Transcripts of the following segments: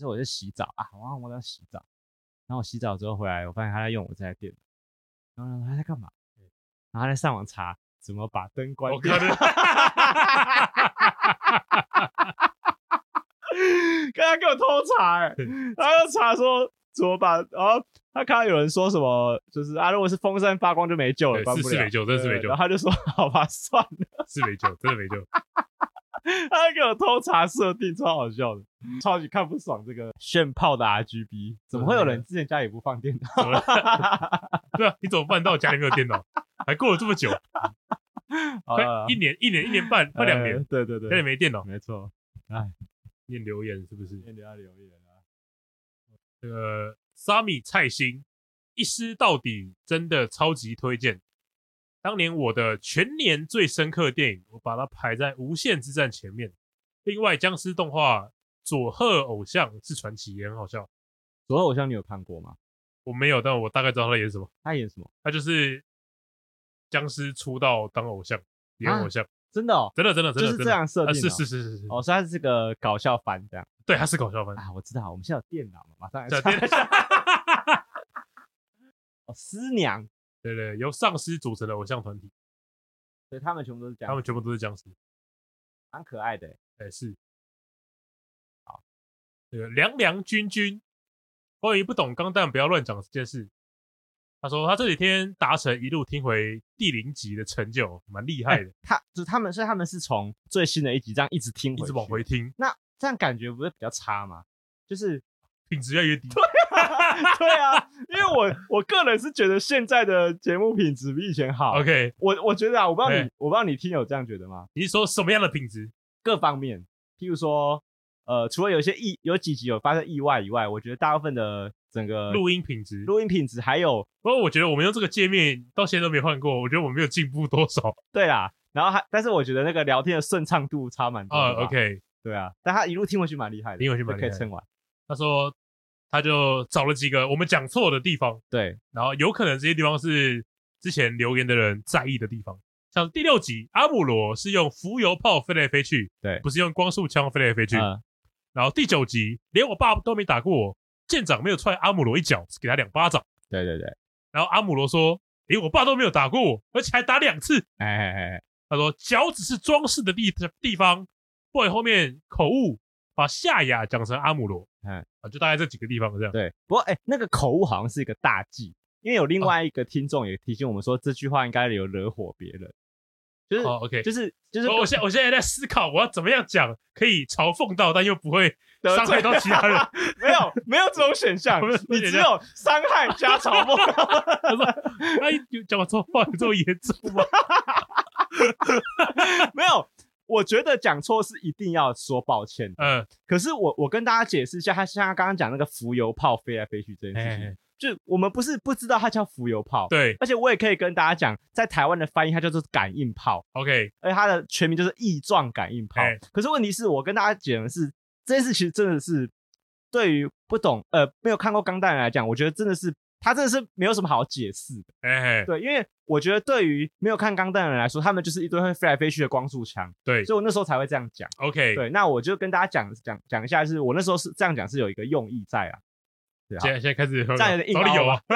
就我就洗澡啊，我在洗澡，然后我洗澡之后回来，我发现他在用我这台电脑，然后他在干嘛？然后他在上网查怎么把灯关掉。刚刚给我偷查他就查说怎么把，然后他看到有人说什么，就是如果是风扇发光就没救了，关不了， 是没救，真是没救。 然后他就说好吧，算了， 是没救，真的没救。 他给我偷查设定，超好笑的，超级看不爽这个炫炮的 RGB， 怎么会有人之前家里不放电脑？ 对啊，你怎么办到家里没有电脑？还过了这么久，快一年半，快2年， 对， 家里没电脑， 没错。哎， 念留言是不是？ 念留言啊。 这个沙米蔡兴一尸到底真的超级推荐。当年我的全年最深刻的电影，我把它排在《无限之战》前面。另外，僵尸动画《佐贺偶像》是传奇，也很好笑。 佐贺偶像你有看过吗？ 我没有，但我大概知道他演什么。 他演什么？ 他就是僵尸出道当偶像，演偶像。 真的哦， 真的就是这样设定是。 哦，所以它是个搞笑番这样。 对，它是搞笑番啊，我知道，我们现在有电脑嘛，马上来查。 哦，师娘。 对，由丧尸组成的偶像团体， 所以他们全部都是僵尸。 他们全部都是僵尸， 蛮可爱的。 是。好，这个凉君君，关于不懂钢弹不要乱讲这件事，他说他这几天达成一路听回第0集的成就，蛮厉害的。 他们是从最新的一集这样一直听回去， 一直往回听， 那这样感觉不是比较差吗？就是品质越来越低。 对啊，因为我个人是觉得现在的节目品质比以前好。 OK， 我觉得啊，我不知道你听友这样觉得吗？ 你是说什么样的品质？ 各方面，譬如说，除了有几集有发生意外以外，我觉得大部分的整个录音品质还有， 不过我觉得我们用这个界面到现在都没换过，我觉得我们没有进步多少。 对啦，然后但是我觉得那个聊天的顺畅度差蛮多的。 OK， 对啊，但他一路听回去蛮厉害的， 听回去蛮厉害的， 可以撑完。 他说他就找了几个我们讲错的地方， 对， 然后有可能这些地方是之前留言的人在意的地方，像第6集阿姆罗是用浮油炮飞来飞去， 对， 不是用光束枪飞来飞去。然后第9集连我爸都没打过我，舰长没有踹阿姆罗一脚，是给他2巴掌。 对， 然后阿姆罗说：“我爸都没有打过我，而且还打2次。”他说脚只是装饰的地方 ，boy 后面口误把夏雅讲成阿姆罗。就大概这几个地方这样。 对，不过那个口误好像是一个大忌，因为有另外一个听众也提醒我们说，这句话应该有惹火别人。就是 OK， 就是我现在在思考我要怎么样讲可以嘲讽到，但又不会伤害到其他人。 没有这种选项，你只有伤害加嘲讽。 他说：“讲错话有这么严重吗？” 没有。我觉得讲错是一定要说抱歉的。可是我跟大家解释一下，他像他刚刚讲那个浮油炮飞来飞去这件事情，就我们不是不知道它叫浮油炮， 对， 而且我也可以跟大家讲，在台湾的翻译它叫做感应炮 ，OK， 而且它的全名就是翼状感应炮。可是问题是我跟大家讲的是，这件事其实真的是对于不懂没有看过钢弹人来讲，我觉得真的是他真的是没有什么好解释的。对，因为我觉得对于没有看钢弹的人来说，他们就是一堆会飞来飞去的光束枪。 对， 所以我那时候才会这样讲。 OK， 对，那我就跟大家讲一下，就是我那时候是这样讲是有一个用意在啊。对啊， 现在开始这样有点硬凹啊，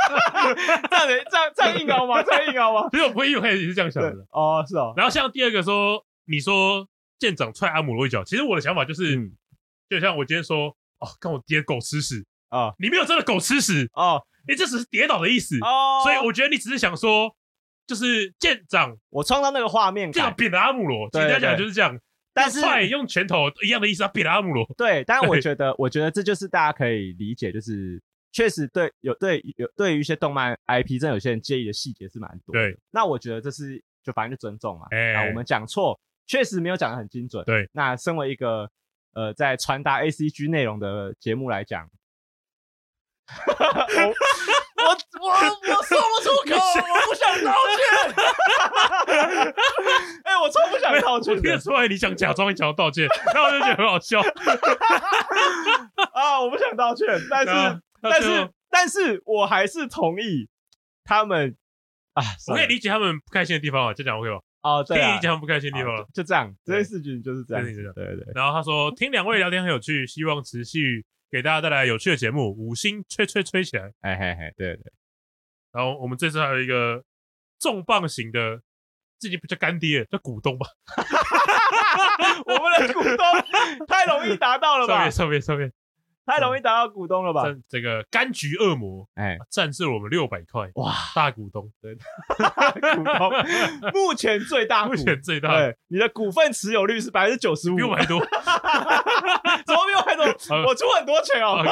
这样硬凹吗？这样硬凹吗？ 其实我不会，一开始也是这样想的。 哦，是哦。 然后像第二个说，你说舰长踹阿姆罗一脚，其实我的想法就是，就像我今天说，看我跌狗吃屎啊，你没有真的狗吃屎哦，你这只是跌倒的意思哦，所以我觉得你只是想说，就是舰长， 我创造那个画面感， 舰长扁了阿姆罗，简单讲就是这样。但是踹用拳头一样的意思，他扁了阿姆罗。 对，但我觉得这就是大家可以理解，就是确实对于一些动漫 IP， 真的有些人介意的细节是蛮多的。对，那我觉得这是就反正就尊重嘛。我们讲错，确实没有讲得很精准。对，那身为一个在传达 ACG 内容的节目来讲，我说不出口，我不想道歉。我超不想道歉。 我听得出来你想假装你想要道歉，然后我就觉得很好笑。 我不想道歉，但是我还是同意他们我可以理解他们不开心的地方就讲 OK 吧。 对啊， 可以理解他们不开心的地方就这样，这件事情就是这样。对。 然后他说听2位聊天很有趣，希望持续给大家带来有趣的节目，五星吹起来。 嘿嘿嘿，对对。 然后我们这次还有一个重磅型的，自己不叫干爹，叫股东吧。 我们的股东太容易达到了吧？ 上面太容易达到股东了吧？ 这个柑橘恶魔，战胜了我们600块，哇，大股东，对， 股东，目前最大股，对，你的股份持有率是95%， 比我还多， 怎么比我还多？我出很多钱哦。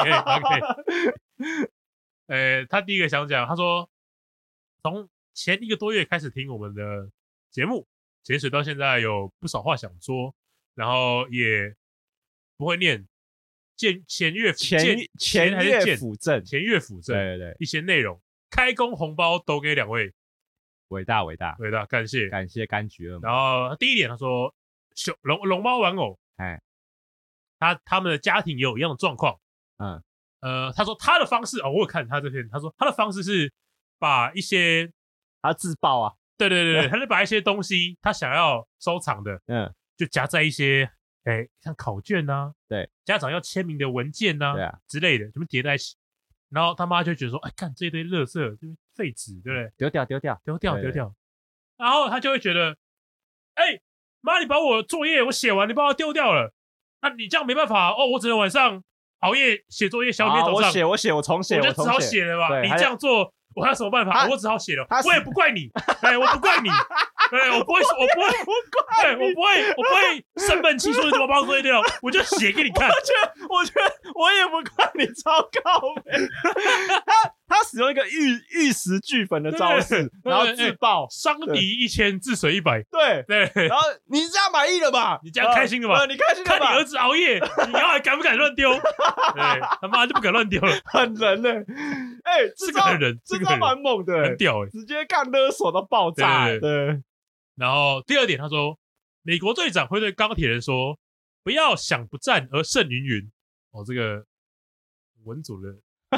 OK， 他第一个想讲，他说从前1个多月开始听我们的节目，潜水到现在有不少话想说，然后也不会念。前岳辅正，对，一些内容，开工红包都给2位， 伟大， 感谢柑橘恶魔。 然后第一点，他说龙猫玩偶，他们的家庭也有一样的状况，他说他的方式我有看他这篇，他说他的方式是把一些他自爆啊， 对，他就把一些东西他想要收藏的，就夹在一些。像考卷啊， 对， 家长要签名的文件啊，之类的，全部叠在一起，然后他妈就觉得说，干这一堆垃圾，这废纸，对不对？ 丢掉， 然后他就会觉得，妈，你把我作业我写完，你把我丢掉了，那你这样没办法我只能晚上熬夜写作业，小米早上我重写， 我就只好写了吧。你这样做，我还有什么办法？我只好写了，我也不怪你，我不怪你。对，我不会生闷气说你怎么把我作业掉，我就写给你看。 我觉得我也不怪你，糟糕呗。他使用一个玉石俱焚的招式，然后自爆， 伤敌1000，自损100。 对，然后你这样满意了吧？ 你这样开心了吧？ 你开心了吧？ 看你儿子熬夜，你以后还敢不敢乱丢？对，他妈就不敢乱丢了， 很人呢。 这个很人， 这招蛮猛的， 很屌直接干勒索到爆炸。对。 然后第二点，他说美国队长会对钢铁人说：“不要想不战而胜云云。”这个文组的，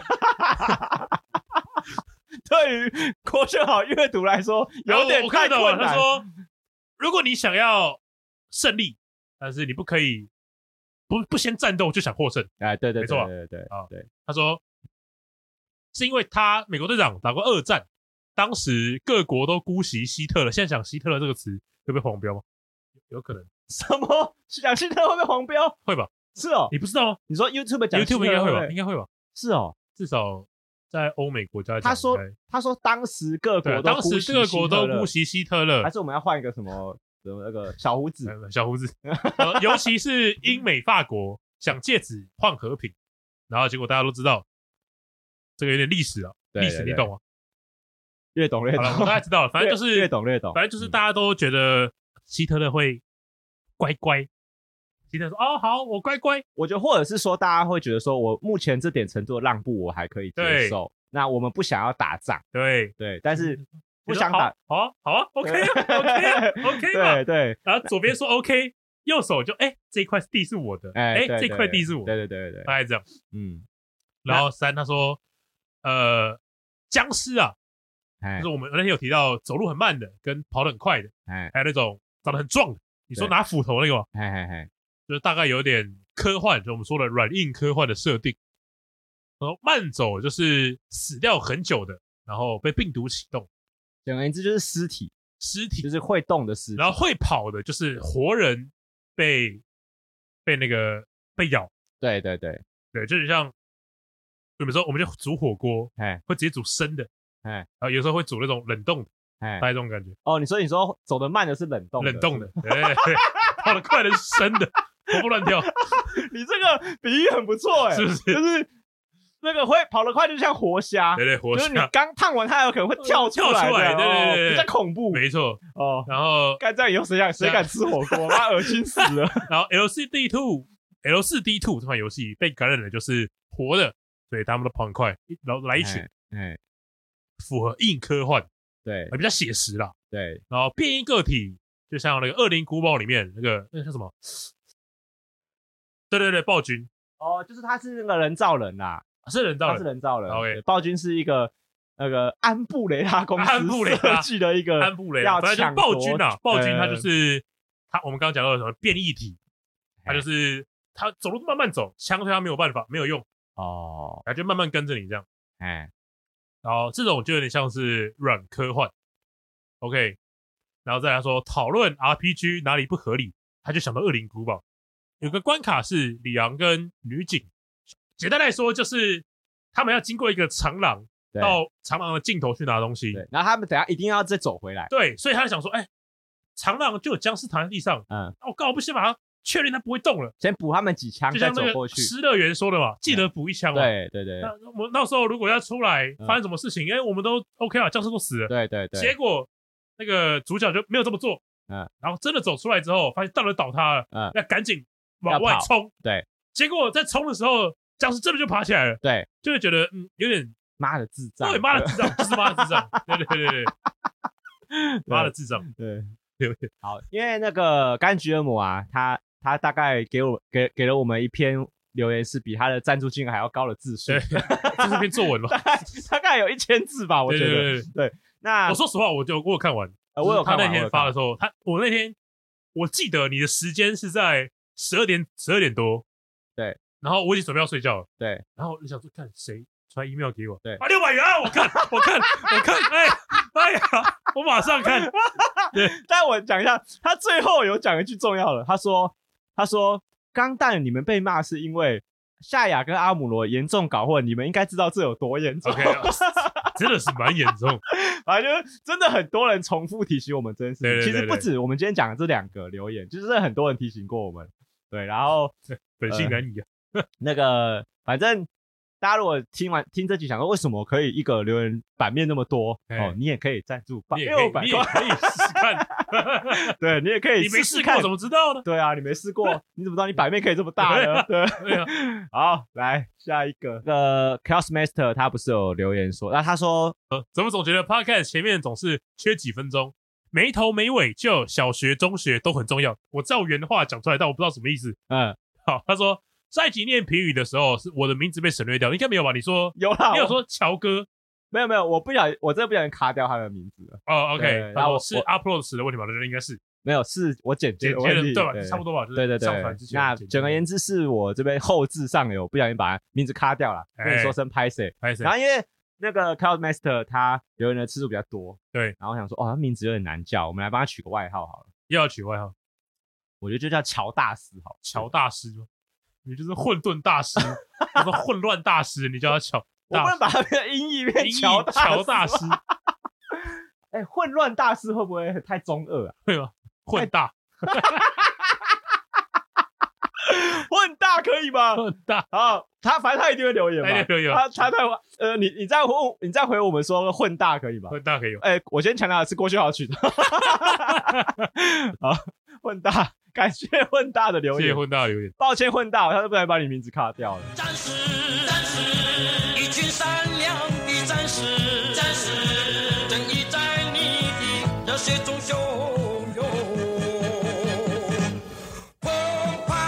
对于国学好阅读来说，有点太困难。 他说：“如果你想要胜利，但是你不可以不先战斗就想获胜。” 对， 没错，对。他说是因为美国队长打过2战。当时各国都姑息希特勒，现在讲希特勒这个词会被黄标吗？有可能。 什么？讲希特勒会被黄标？ 会吧？ 是哦， 你不知道吗？ 你说 YouTube 讲希特勒应该会吧？应该会吧？ 是哦， 至少在欧美国家。 他说当时各国都姑息希特勒， 还是我们要换一个什么那个小胡子？ 尤其是英美法国想借此换和平，然后结果大家都知道，这个有点历史啊，历史你懂吗？ 越懂， 我大概知道了，反正就是越懂， 反正就是大家都觉得希特勒会乖乖，希特勒说好，我乖乖。 我觉得或者是说大家会觉得说我目前这点程度的让步我还可以接受，那我们不想要打仗，对，但是不想打， 好啊 OK 嘛， 对， 然后左边说 OK， 右手就这一块地是我的，这块地是我的， 对， 大概这样，然后3他说僵尸啊。就是我们那天有提到走路很慢的，跟跑得很快的，还有那种长得很壮的。你说拿斧头那个吗？就是大概有点科幻，就我们说的软硬科幻的设定。然后慢走就是死掉很久的，然后被病毒启动。 简而言之就是尸体就是会动的尸体。 然后会跑的就是活人被咬。对，就是像有时候我们就煮火锅，会直接煮生的。然后有时候会煮那种冷冻的，大概这种感觉。 你说走得慢的是冷冻的， 对，跑得快的是生的，活蹦乱跳。 你这个比喻很不错， 是不是？ 就是那个会跑得快，就像活虾， 对，活虾， 就是你刚烫完，它有可能会跳出来，对，比较恐怖， 没错。然后干这样以后谁敢吃火锅？妈恶心死了。 然后 L4D2 这款游戏被感染的就是活的，所以他们都跑很快，然后来一群，符合硬科幻， 对， 比较写实啦， 对。 然后变异个体，就像那个《恶灵古堡》里面那个叫什么？对，暴君。 就是他是那个人造人啦， 是人造人。 OK， 暴君是一个那个安布雷拉公司设计的一个安布雷拉，反正暴君啊，暴君他就是我们刚刚讲到的什么变异体，他就是他走路慢慢走，枪对他没有办法，没有用， 哦， 他就慢慢跟着你这样， 哎， 然后这种就有点像是软科幻 ，OK， 然后再来说讨论 RPG 哪里不合理，他就想到恶灵古堡有个关卡是里昂跟女警，简单来说就是他们要经过一个长廊，到长廊的尽头去拿东西， 对，然后他们等下一定要再走回来， 对，所以他就想说，长廊就有僵尸躺在地上，我干嘛不先把它确认它不会动了， 先补他们几枪， 就像那个失乐园说的嘛，记得补一枪嘛。 对， 那我们到时候如果要出来发生什么事情，我们都 OK 了，僵尸都死了。 对。 结果那个主角就没有这么做，然后真的走出来之后，发现大楼倒塌了，要赶紧往外冲。 对， 结果在冲的时候，僵尸真的就爬起来了。 对， 就会觉得有点妈的智障， 对，妈的智障，就是妈的智障。对，妈的智障， 对。好，因为那个柑橘恶魔啊，他大概给了我们一篇留言，是比他的赞助金额还要高的字数， 这是篇作文吧？ 大概有1000字吧，我觉得。对，那我说实话，我有看完， 我有看完。 他那天发的时候，我那天我记得你的时间是在12点多， 对， 然后我已经准备要睡觉了， 对， 然后你想说看谁传 email 给我， 对 ，600元啊，我看，哎呀，我马上看。 对，但我讲一下，他最后有讲一句重要的，他说钢弹你们被骂是因为夏亚跟阿姆罗严重搞混，你们应该知道这有多严重。 OK， 真的是蛮严重， 反正就是真的很多人重复提醒我们这件事情。 对， 其实不止我们今天讲的这2个留言，就是很多人提醒过我们。对，然后本性难移啊。 那个反正大家如果听这集想说为什么可以一个留言版面那么多你也可以赞助600块， 你也可以试试看。 对，你也可以你没试过怎么知道呢？ 对啊，你没试过你怎么知道你版面可以这么大呢？对啊。好，来下一个，Chaos Master 他不是有留言说，他说怎么总觉得 Podcast 前面总是缺几分钟，没头没尾，就小学中学都很重要。我照原话讲出来，但我不知道什么意思。好，他说上一集念评语的时候，是我的名字被省略掉，应该没有吧？你说有啦， 你有说乔哥？ 没有，我真的不小心卡掉他的名字了。 OK， 然后是 upload 时的问题吧？那应该是没有，是我剪接的问题，对吧？差不多吧？ 对， 上传之前。 那简而言之，是我这边后置上有不小心把名字卡掉了，跟你说声拍谁。然后因为那个 Chaos Master 他留言的次数比较多， 对， 然后我想说，他名字有点难叫，我们来帮他取个外号好了。 要取外号， 我觉得就叫乔大师好。 乔大师吗？你就是混沌大师，他说混乱大师，你叫他乔。 我不能把他的音译变乔大师。混乱大师会不会太中二啊？ 会吗？混大。 混大可以吗？ 混大。 好，反正他一定会留言嘛。 留言。 你再回我们说混大可以吗？ 混大可以。 我先强调的是郭秀豪取的。好，混大。感谢混大的留言， 谢谢混大的留言。 抱歉混大，他是不然把你名字卡掉了。 战士，一群善良的战士，正义在你的热血中汹涌澎湃。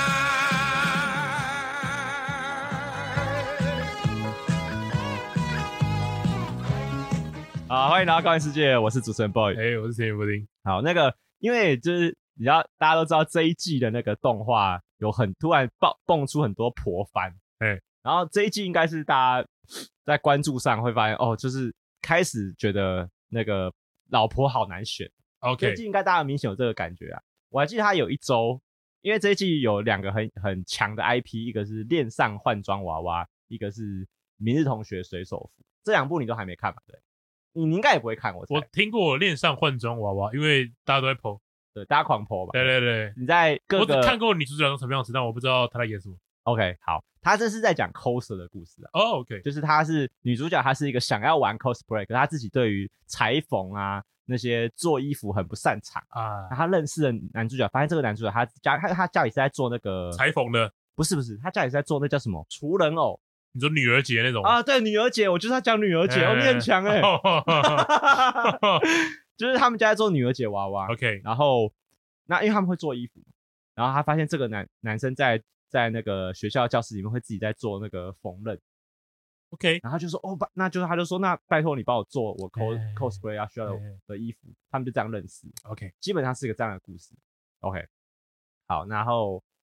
好，欢迎来到高玩世界，我是主持人 Boy， 我是田园布丁。 好，那个因为就是你知道，大家都知道这一季的那个动画有突然蹦出很多婆番，然后这一季应该是大家在关注上会发现就是开始觉得那个老婆好难选。 OK， 这一季应该大家明显有这个感觉啊。我还记得他有一周，因为这一季有2个很强的 IP， 一个是恋上换装娃娃，一个是明日同学水手服，这2部你都还没看吧？对，你应该也不会看，我听过恋上换装娃娃，因为大家都在 po。 对，大家狂 po 吧。 对， 你在我只看过女主角长什么样子，但我不知道她在演什么。 OK， 好，他这是在讲 coser 的故事啊。 OK， 就是她是女主角，她是一个想要玩 cosplay， 可是她自己对于裁缝啊那些做衣服很不擅长啊。她认识了男主角，发现这个男主角他家里是在做那个裁缝的， 不是，他家里是在做那叫什么厨人偶。 你说女儿节那种啊？对，女儿节，我就是要讲女儿节，你很强就是他们家在做女儿节娃娃。 OK， 然后那因为他们会做衣服，然后他发现这个男生在那个学校教室里面会自己在做那个缝纫。 OK， 然后他就说他就说那拜托你帮我做我 cosplay 要需要的衣服，他们就这样认识。 OK， 基本上是一个这样的故事。OK， 好，然后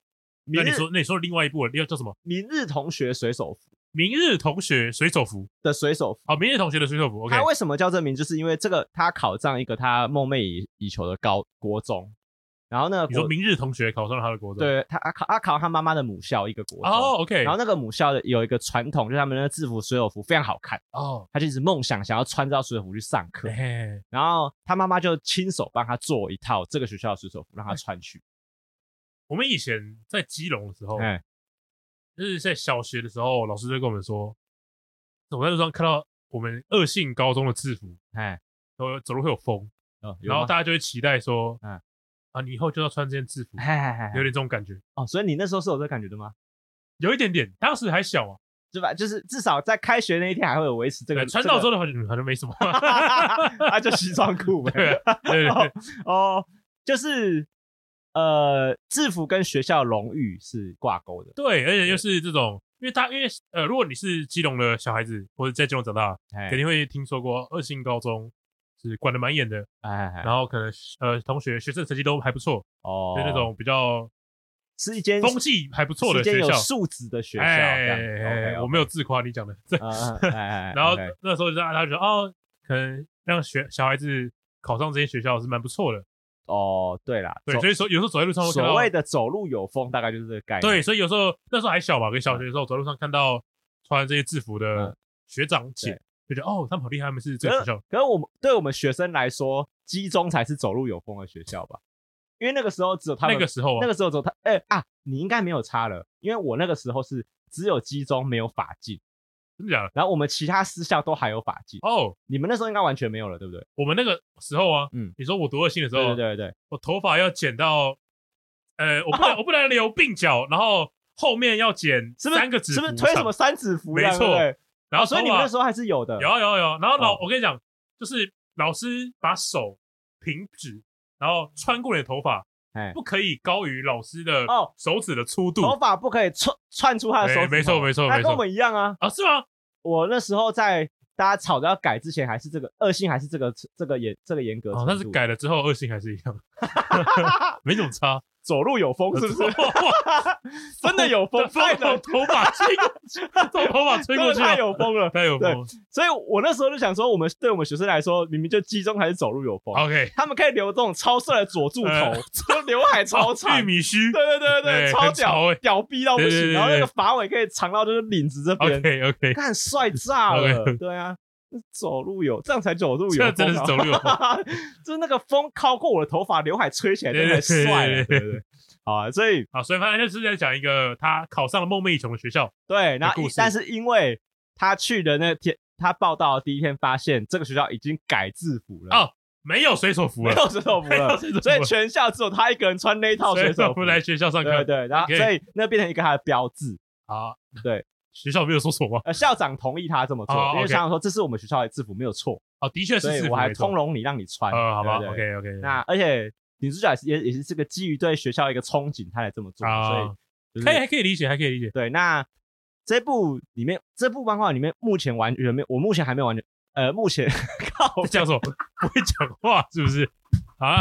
那你说另外一部叫什么？ 明日同学水手服。 明日同学水手服的水手服。 好，明日同学的水手服。OK， 他为什么叫这名？就是因为这个他考上一个他梦寐以求的国中。然后呢？ 你说明日同学考上了他的国中？ 对，他考他妈妈的母校一个国中。 哦 ，OK。 然后那个母校的有一个传统，就是他们那个制服水手服非常好看哦，他就一直梦想要穿这套水手服去上课。然后他妈妈就亲手帮他做一套这个学校的水手服，让他穿去。 我们以前在基隆的时候，就是在小学的时候，老师就跟我们说，走在路上看到我们2性高中的制服，走路会有风，然后大家就会期待说，你以后就要穿这件制服，有点这种感觉哦。所以你那时候是有这个感觉的吗？ 有一点点，当时还小啊， 对吧？就是至少在开学那一天还会有维持这个。 穿到之后的话，好像没什么， 他就西装裤呗。 对哦，就是制服跟学校荣誉是挂钩的。 对，而且就是这种，因为如果你是基隆的小孩子，或者在基隆长大，肯定会听说过2性高中。是管得蛮严的，然后可能同学学生成绩都还不错哦，就那种比较是一间风气还不错的学校， 有素质的学校。 我没有自夸你讲的，然后那时候他就说哦，可能让小孩子考上这些学校是蛮不错的哦。对啦， 对，所以说有时候走在路上会看到所谓的走路有风，大概就是这个概念。 对，所以有时候那时候还小嘛，跟小学的时候走路上看到穿这些制服的学长姐。就觉得他们好厉害，他们是这个学校。 可是对我们学生来说，基中才是走路有风的学校吧？因为那个时候只有他们， 那个时候只有他。你应该没有差了，因为我那个时候是只有基中没有法禁， 真的假的？ 然后我们其他私校都还有法禁哦。你们那时候应该完全没有了，对不对？ 我们那个时候啊，你说我读2性的时候， 对，我头发要剪到，我不能留鬓角，然后后面要剪3个指符，是不是推什么3指符？ 没错。然后所以你们那时候还是有的， 有。然后我跟你讲，就是老师把手平指，然后穿过你的头发，不可以高于老师的手指的粗度， 头发不可以窜出他的手指。 没错， 那跟我们一样啊。 是吗？ 我那时候在大家吵着要改之前，还是这个2性还是这个严格程度。 但是改了之后2性还是一样，没什么差。 走路有风是不是？真的有风， 从头发吹过去， 太有风了， 太有风。 所以我那时候就想说，对我们学生来说，明明就基中还是走路有风。 OK， 他们可以留这种超帅的佐助头，就刘海超长， 玉米须， 对，超屌逼到不行。然后那个发尾可以长到就是领子这边 ，OK， 看帅炸了。对啊。走路这样才走路有风， 这真的是走路有风， 就是那个风靠过我的头发，刘海吹起来真的帅了，对不对？好啊，所以反正就是在讲一个他考上了梦寐以求的学校， 对，但是因为他去的那天，他报到的第一天，发现这个学校已经改制服了没有水手服了， 所以全校只有他一个人穿那一套水手服来学校上课， 对，然后所以那变成一个他的标志对。 学校没有说错吗？ 校长同意他这么做，因为校长说这是我们学校的制服，没有错。 的确是制服， 所以我还通融你，让你穿。 好吧 ，OK。 那而且女主角也是这个基于对学校一个憧憬，他才这么做，所以还可以理解。 对，那这部漫画里面目前完全没有，我目前还没有完全目前靠这样说不会讲话是不是啊？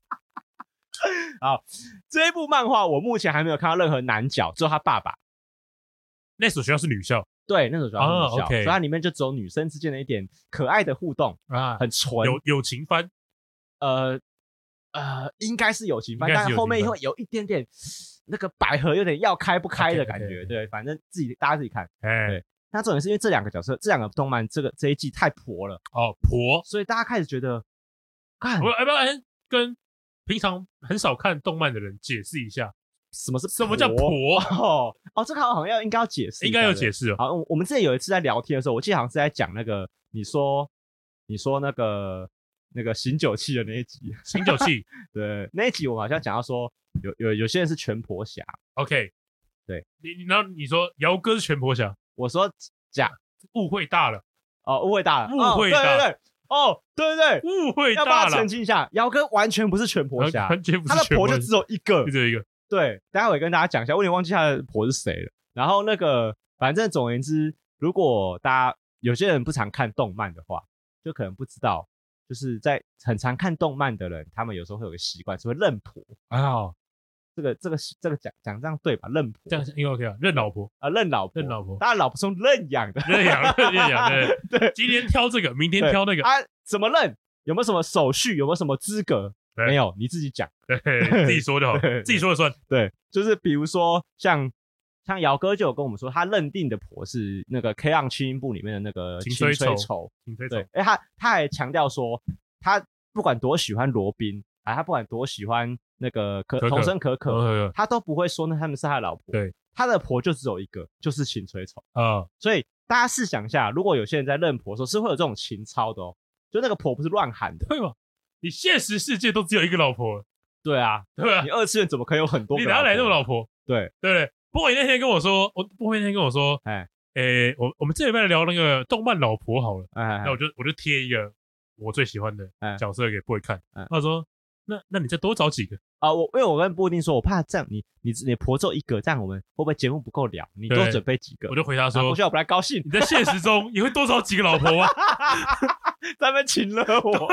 好，这一部漫画我目前还没有看到任何男角，只有他爸爸。 那所学校是女校， 对，那所学校是女校， okay 所以它里面就只有女生之间的一点可爱的互动很纯， 友情番， 应该是友情番，但后面会有一点点那个百合有点要开不开的感觉，对，反正大家自己看，对。那重点是因为这两个角色，这两个动漫这一季太婆了婆， 所以大家开始觉得，看， 不跟平常很少看动漫的人解释一下。什么叫婆？ 这个好像应该要解释， 应该有解释。 好，我们之前有一次在聊天的时候，我记得好像是在讲那个你说那个醒酒器的那一集， 醒酒器， 对，那一集我们好像讲到说有些人是全婆侠 ，OK， 对， 然后你说姚哥是全婆侠， 我说假， 误会大了， 误会大了，对， 误会大了， 要帮他澄清一下，姚哥完全不是全婆侠， 完全不是全婆侠， 他的婆就只有一个， 只有一个。 对，待会跟大家讲一下，我有点忘记他的婆是谁了。然后反正总而言之，如果大家有些人不常看动漫的话，就可能不知道，就是在很常看动漫的人，他们有时候会有个习惯，是会认婆这个讲这样对吧？认婆这样应该 OK 啊，认老婆啊，认老婆，大家老婆是用认养的， 认养，对，今天挑这个，明天挑那个啊，怎么认？有没有什么手续？有没有什么资格？没有，你自己讲， 对，自己说就好，自己说了算。 对，就是比如说像姚哥就有跟我们说，他认定的婆是那个 K-ON 七音部里面的那个秦吹愁，对，他还强调说，他不管多喜欢罗宾啊，他不管多喜欢那个童声可可，他都不会说那他们是他的老婆， 对， 他的婆就只有一个，就是秦吹愁啊。 所以大家试想一下，如果有些人在认婆的时候是会有这种情操的哦，就那个婆不是乱喊的， 对吗？你现实世界都只有一个老婆， 对啊，你二次元怎么可以有很多个？ 你哪来那么老婆？ 对对不对？不过你那天跟我说，我们这礼拜聊那个动漫老婆好了，那我就贴一个我最喜欢的角色给 boy 看，他说那你再多找几个啊？因为我跟布丁说，我怕这样你婆只有一个，这样我们会不会节目不够聊？你多准备几个？ 我就回答说， 我需要不太高兴。 你在现实中也会多找几个老婆吗？ 在那边请了我。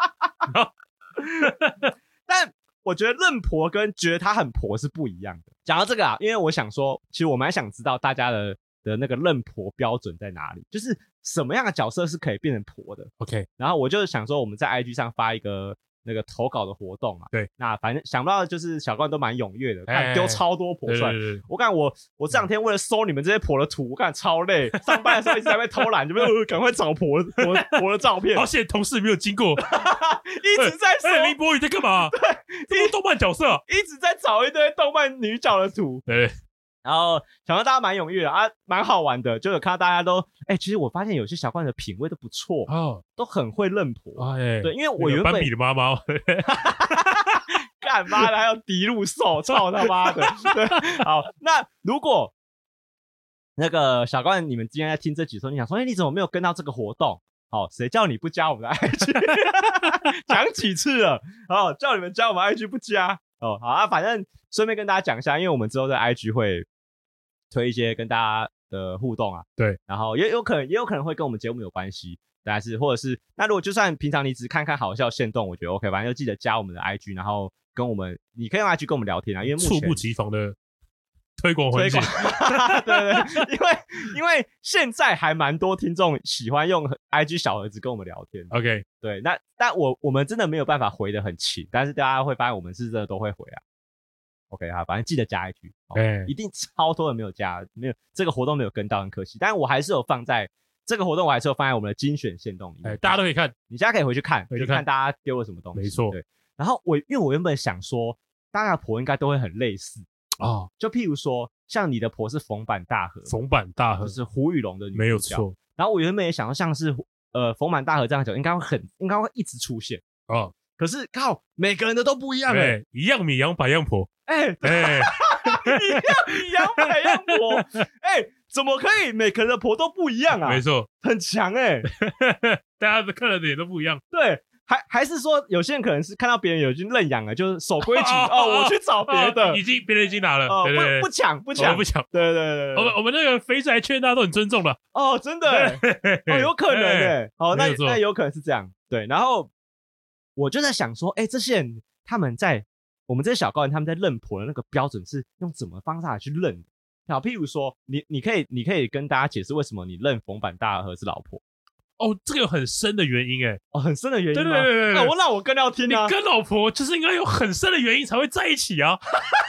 但我觉得认婆跟觉得她很婆是不一样的。讲到这个啊，因为我想说，其实我蛮想知道大家的那个认婆标准在哪里，就是什么样的角色是可以变成婆的。 OK， 然后我就想说，我们在 IG 上发一个那个投稿的活动嘛。 对， 那反正想不到就是小冠都蛮踊跃的，看丢超多婆出来。我看我这两天为了收你们这些婆的图，我看超累，上班的时候一直在被偷懒，就赶快找婆的照片。 好险同事没有经过， 一直在搜。 林博宇在干嘛？对，这么动漫角色， 一直在找一堆动漫女角的图。 对。 然后想到大家蛮踊跃的啊，蛮好玩的，就有看到大家都其实我发现有些小冠的品味都不错哦，都很会认婆。对，因为我原本斑比的妈妈， 干妈的还有迪路兽，操他妈的！对，好，那如果那个小冠你们今天在听这集的时候，你想说，你怎么没有跟到这个活动？好，谁叫你不加我们的 IG？ 讲几次了？好，叫你们加我们 IG 不加哦。好啊，反正顺便跟大家讲一下，因为我们之后在 IG 会推一些跟大家的互动啊， 对， 然后也有可能会跟我们节目有关系，但是或者是那如果就算平常你只看看好笑限动，我觉得 OK， 反正就记得加我们的 IG， 然后跟我们，你可以用 IG 跟我们聊天啊，因为目前猝不及防的推广环境， 对，因为现在还蛮多听众喜欢用 IG 小盒子跟我们聊天 ，OK， 对，但我们真的没有办法回得很勤，但是大家会发现我们是真的都会回啊。OK 啊，反正记得加 IG，一定超多人没有加，没有这个活动没有跟到，很可惜。但我还是有放在这个活动，我还是有放在我们的精选限动里面， 大家都可以看， 你现在可以回去看，就看大家丢了什么东西。 没错， 对。然后因为我原本想说，大家的婆应该都会很类似哦，就譬如说，像你的婆是冯坂大河就是胡宇龙的女主角， 没有错。 然后我原本也想到像是冯坂大河这样讲，应该会一直出现哦。可是靠，每个人的都不一样一样米养百样婆， 一样米养百样婆，怎么可以每个人的婆都不一样啊？ 没错， 很强大家看的点都不一样。 对，还是说有些人可能是看到别人有已经认养了，就是守规矩我去找别的， 别人已经拿了，对， 不抢，对， 我们那个肥宅圈大家都很尊重的哦，真的有可能那有可能是这样，对，然后。我就在想说，这些人他们在我们这些小高人他们在认婆的那个标准是用怎么方法去认的？好，譬如说，你可以跟大家解释为什么你认冯坂大河是老婆？ 哦，这个有很深的原因很深的原因吗？对， 那我更要听啊！ 你跟老婆就是应该有很深的原因才会在一起啊！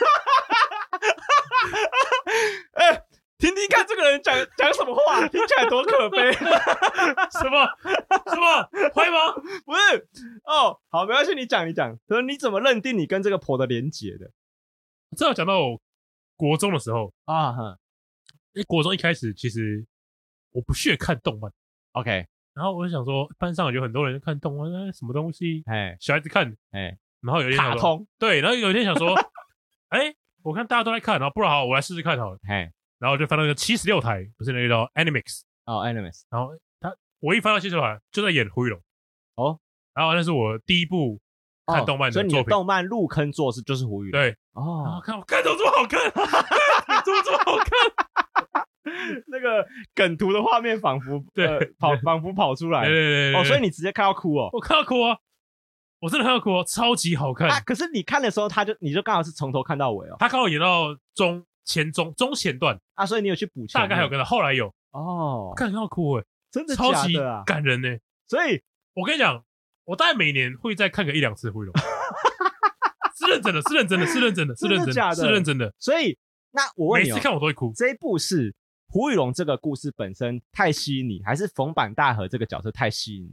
听听看这个人讲什么话，听起来多可悲！ 什么？会吗？ 不是好，没关系，你讲。可是你怎么认定你跟这个婆的连结的？ 这要讲到我国中的时候啊， 因为国中一开始其实我不屑看动漫 ，OK， 然后我就想说，班上有很多人看动漫，什么东西？小孩子看，然后有一天卡通， 对，然后有一天想说，我看大家都在看，然后不然好，我来试试看好了，然后就翻到那个76台，不是那个叫 Animix Animix， 然后我一翻到76台就在演胡宇龙然后那是我第一部看动漫的作品， 所以你的动漫入坑作是就是胡宇龙， 对然后看怎么这么好看，怎么这么好看， 那个梗图的画面仿佛跑出来， 对所以你直接看到哭我看到哭啊， 我真的看到哭哦，超级好看。 可是你看的时候，你就刚好是从头看到尾哦。 他刚好演到中前段啊，所以你有去补前面， 大概还有跟到，后来有哦， 看到哭哎， 真的假的啊， 超级感人呢。 所以我跟你讲，我大概每年会再看个1-2次灰龙，是认真的，是认真的，是认真的，是认真的，是认真的。 所以那我问你， 每次看我都会哭。 这一部是胡宇龙这个故事本身太吸引你，还是冯坂大河这个角色太吸引你？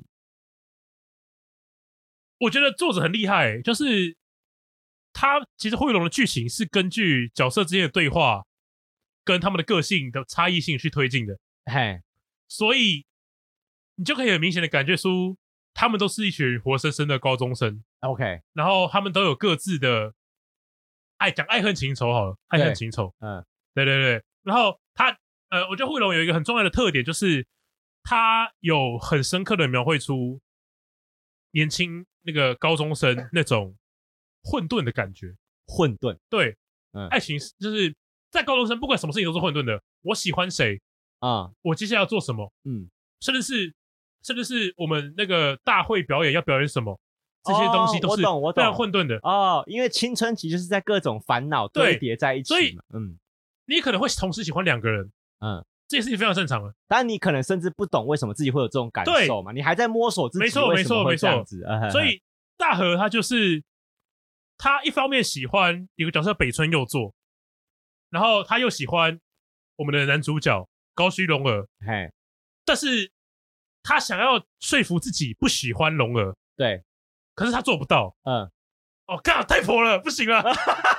我觉得作者很厉害，就是他其实灰龙的剧情是根据角色之间的对话跟他们的个性的差异性去推进的， 嘿， 所以你就可以很明显的感觉出他们都是一群活生生的高中生 ，OK， 然后他们都有各自的讲爱恨情仇好了，爱恨情仇，对对对，然后我觉得灰龙有一个很重要的特点，就是他有很深刻的描绘出年轻那个高中生那种混沌的感觉， 混沌， 对，爱情就是在高中生不管什么事情都是混沌的，我喜欢谁啊，我接下来要做什么，甚至是我们那个大会表演要表演什么，这些东西都是非常混沌的哦，因为青春期就是在各种烦恼堆叠在一起嘛，所以你可能会同时喜欢2个人，这件事情非常正常的， 但你可能甚至不懂为什么自己会有这种感受嘛，你还在摸索自己为什么会这样子， 所以大河他就是他一方面喜欢有个角色北村佑作，然后他又喜欢我们的男主角高须龙儿，但是他想要说服自己不喜欢龙儿， 对， 可是他做不到，干太婆了，不行了。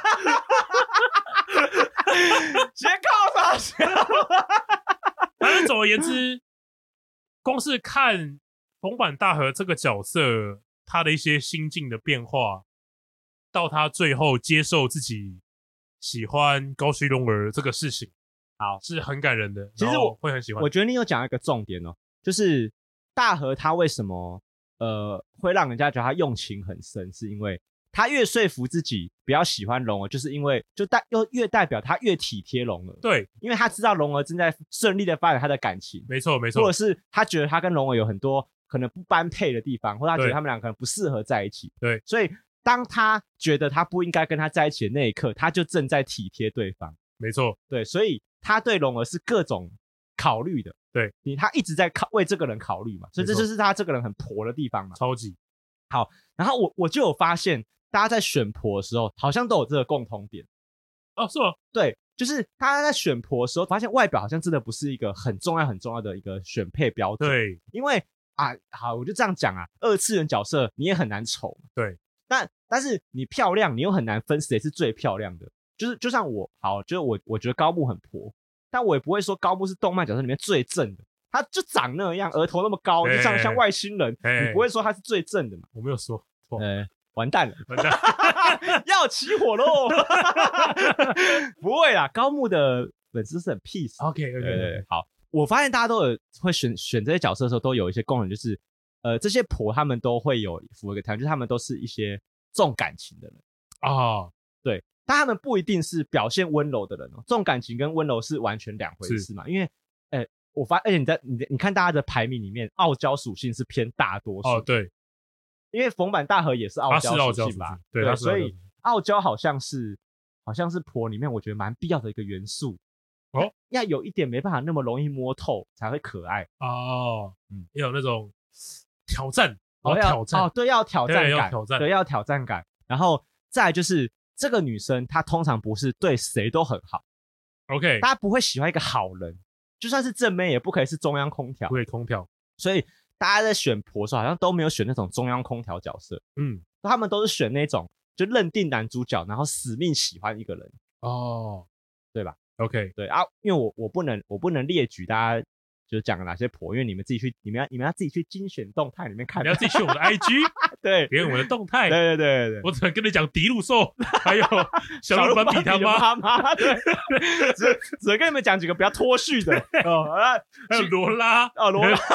先靠他笑。 反正总而言之，光是看冯坂大河这个角色，他的一些心境的变化，到他最后接受自己喜欢高须龙儿这个事情，好是很感人的。 其实我会很喜欢。 我觉得你有讲一个重点哦，就是大河他为什么会让人家觉得他用情很深，是因为他越说服自己不要喜欢龙儿，就是因为越代表他越体贴龙儿。 对， 因为他知道龙儿正在顺利的发展他的感情， 没错没错， 或者是他觉得他跟龙儿有很多可能不般配的地方，或者他觉得他们俩可能不适合在一起。 对， 所以当他觉得他不应该跟他在一起的那一刻，他就正在体贴对方。 没错， 对，所以他对龙儿是各种考虑的。 对， 他一直在为这个人考虑嘛，所以这就是他这个人很婆的地方嘛。 超级好，然后我就有发现，大家在选婆的时候，好像都有这个共同点。 哦，是吗？ 对，就是大家在选婆的时候，发现外表好像真的不是一个很重要的一个选配标准。 对， 因为好，我就这样讲啊，2次元角色你也很难丑。 对， 但是你漂亮，你又很难分谁是最漂亮的。就像我，好，就是我觉得高木很婆，但我也不会说高木是动漫角色里面最正的。他就长那样，额头那么高，就像外星人，你不会说他是最正的嘛？ 我没有说， 完蛋了，要起火喽！不会啦，高木的本质是很 peace。 OK， 对，好，我发现大家都有会选这些角色的时候，都有一些功能，就是这些婆他们都会有符合一个条件，就是他们都是一些重感情的人啊， 对，但他们不一定是表现温柔的人哦，重感情跟温柔是完全两回事嘛，因为而且你看大家的排名里面，傲娇属性是偏大多数。 对， 因为冯坂大河也是傲娇属性吧？ 对， 所以傲娇好像是婆里面我觉得蛮必要的一个元素。要有一点没办法那么容易摸透才会可爱哦。也有那种挑战， 对，要挑战感， 对， 要挑战感。然后再来就是这个女生她通常不是对谁都很好。 OK， 大家不会喜欢一个好人。就算是正妹也不可以是中央空调， 对，空调。 所以大家在选婆的时候，好像都没有选那种中央空调角色，他们都是选那种就认定男主角，然后死命喜欢一个人，对吧 ？OK， 对啊，因为我不能列举大家就讲哪些婆，因为你们要自己去精选动态里面看， 你要自己去我的 IG， 对，连我们的动态， 对， 我只能跟你讲迪路兽，还有小鹿斑比他妈，对，只能跟你们讲几个比较脱序的还有罗拉， 罗拉，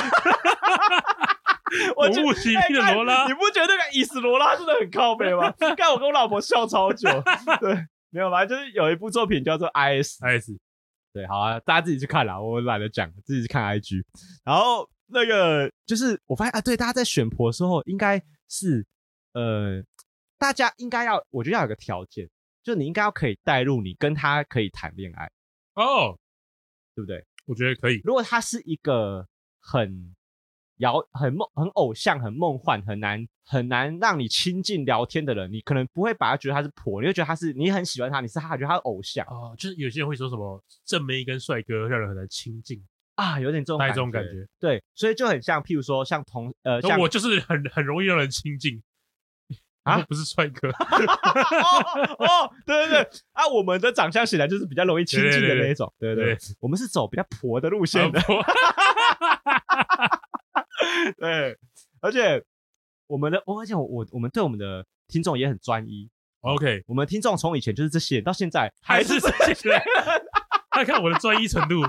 我不喜欢的罗拉， 你不觉得那个伊斯罗拉真的很靠北吗？看我跟我老婆笑超久，对，没有吧？就是有一部作品叫做 IS。对，好啊，大家自己去看啦，我懒得讲，自己去看 IG。然后那个就是我发现对，大家在选婆的时候，应该是大家应该要，我觉得要有个条件，就你应该要可以带入你跟他可以谈恋爱哦， 对不对？ 我觉得可以。 如果他是一个很偶像、很梦幻、很难让你亲近聊天的人，你可能不会把他觉得他是婆，你会觉得他是你很喜欢他，你是他觉得他是偶像哦，就是有些人会说什么正妹跟帅哥让人很难亲近啊，有点这种感觉。对，所以就很像，譬如说像像我就是很容易让人亲近。啊，不是帅哥对啊，我们的长相显然就是比较容易亲近的那一种，对，我们是走比较婆的路线的，对，而且我们对我们的听众也很专一 ，OK， 我们听众从以前就是这些人，到现在还是这些人，他看我的专一程度。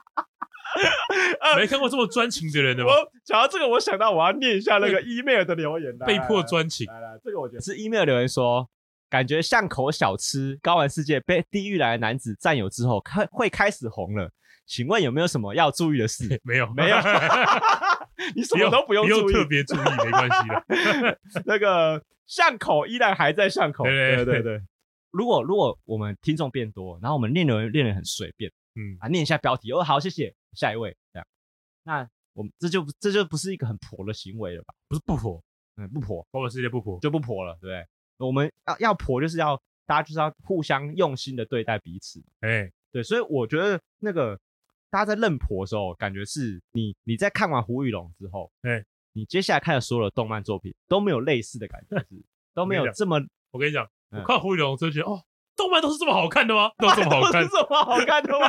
没看过这么专情的人的吗？ 讲到这个，我想到我要念一下那个 email 的留言， 被迫专情。 来，这个我觉得是 email 留言说，感觉巷口小吃高玩世界被地狱来的男子占有之后，会开始红了。请问有没有什么要注意的事？ 没有， 你什么都不用注意， 不用特别注意，没关系的。 那个巷口依然还在巷口，对。如果我们听众变多，然后我们念留言练得很随便，念一下标题，好，谢谢。下一位，这样，那我们这就不是一个很婆的行为了吧？ 不是不婆， 不婆， 高玩世界不婆就不婆了，对不对？我们要婆就是大家就是要互相用心的对待彼此，对，所以我觉得那个大家在认婆的时候，感觉是你在看完胡宇龙之后，你接下来看的所有的动漫作品都没有类似的感觉，都没有这么， 我跟你讲，我看胡宇龙就觉得哦，动漫都是这么好看的吗？都这么好看， 都是这么好看的吗？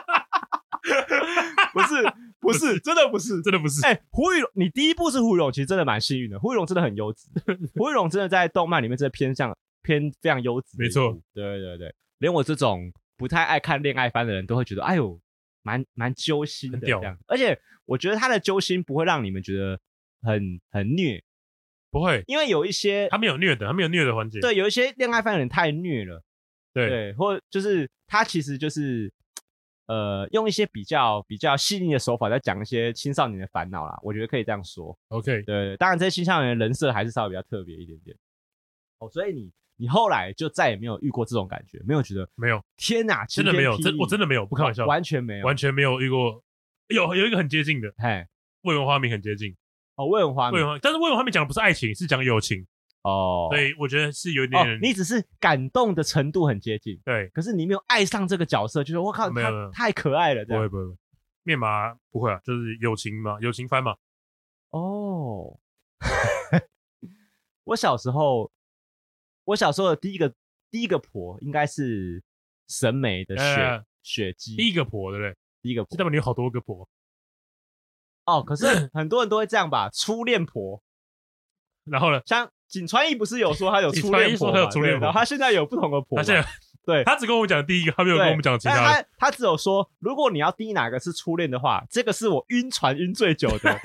不是，真的不是。胡宇龙，你第一部是胡宇龙，其实真的蛮幸运的。胡宇龙真的很优质，胡宇龙真的在动漫里面真的偏非常优质。 没错， 对，连我这种不太爱看恋爱番的人都会觉得，哎呦，蛮揪心的这样。而且我觉得他的揪心不会让你们觉得很虐， 不会， 因为有一些他没有虐的环节。 对，有一些恋爱番的人太虐了， 对， 或就是他其实就是。用一些比较细腻的手法在讲一些青少年的烦恼啦，我觉得可以这样说。 OK， 对，当然这些青少年的人设还是稍微比较特别一点点。所以你后来就再也没有遇过这种感觉，没有觉得没有？ 天哪， 真的没有，我真的没有，不开玩笑， 完全没有遇过。有一个很接近的，未闻花名很接近。 未闻花名， 但是未闻花名讲的不是爱情，是讲友情。所以我觉得是有点你只是感动的程度很接近， 对， 可是你没有爱上这个角色，就是我靠，他太可爱了， 不会，面麻不会啊，就是友情嘛，友情番嘛。 我小时候的第一个婆应该是神眉的雪姬， 第一个婆对不对？ 第一个婆， 这代表你有好多个婆。 可是很多人都会这样吧，初恋婆。 然后呢， 像井川一不是有说他有初恋婆吗？然后他现在有不同的婆， 他只跟我们讲第一个，他没有跟我们讲其他的。 他只有说，如果你要第一哪个是初恋的话，这个是我晕船晕最久的。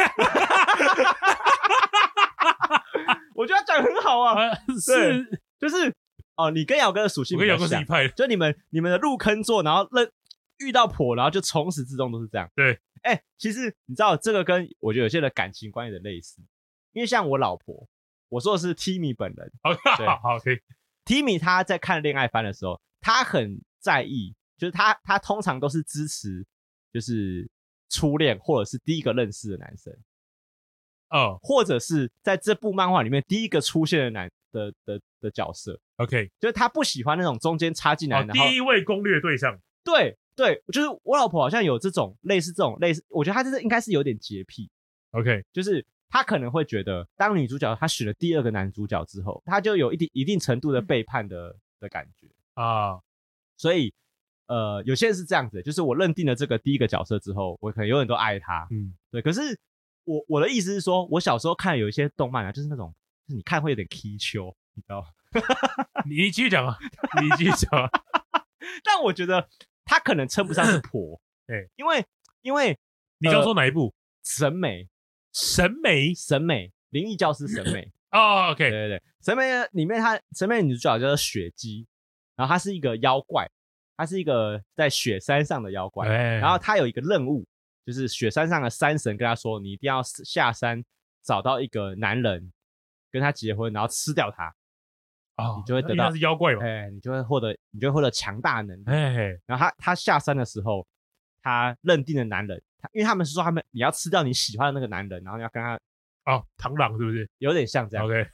我觉得他讲得很好啊，是就是你跟姚哥的属性比较像， 我跟姚哥是一派的， 就你们的入坑作，然后遇到婆，然后就从始至终都是这样。 对， 其实你知道这个跟我觉得有些人感情观有点类似。因为像我老婆，我说的是 Timmy 本人。 好，可以。 Timmy 他在看恋爱番的时候，他很在意，就是他通常都是支持，就是初恋或者是第一个认识的男生，或者是在这部漫画里面第一个出现的角色。 OK， 就是他不喜欢那种中间插进来，然后第一位攻略对象。 对，就是我老婆好像有这种类似，我觉得他这应该是有点洁癖。 OK， 就是他可能会觉得，当女主角她选了第二个男主角之后，他就有一定程度的背叛的感觉啊。所以有些人是这样子，就是我认定了这个第一个角色之后，我可能永远都爱他。对。可是我的意思是说，我小时候看有一些动漫啊，就是那种就是你看会有点 K 秋，你知道吗？ 你继续讲啊， 但我觉得他可能称不上是婆，因为你刚说哪一部？ 神眉。灵异教师神眉。 OK， 对，神眉里面神眉女主角叫做雪姬，然后她是一个妖怪，她是一个在雪山上的妖怪，然后她有一个任务，就是雪山上的山神跟她说，你一定要下山找到一个男人， 跟他结婚，然后吃掉他，你就会得到， 他是妖怪嘛， 你就会获得强大能力。然后他下山的时候，他认定的男人，因为他们是说你要吃掉你喜欢的那个男人，然后你要跟他螳螂是不是？ 有点像这样。 OK，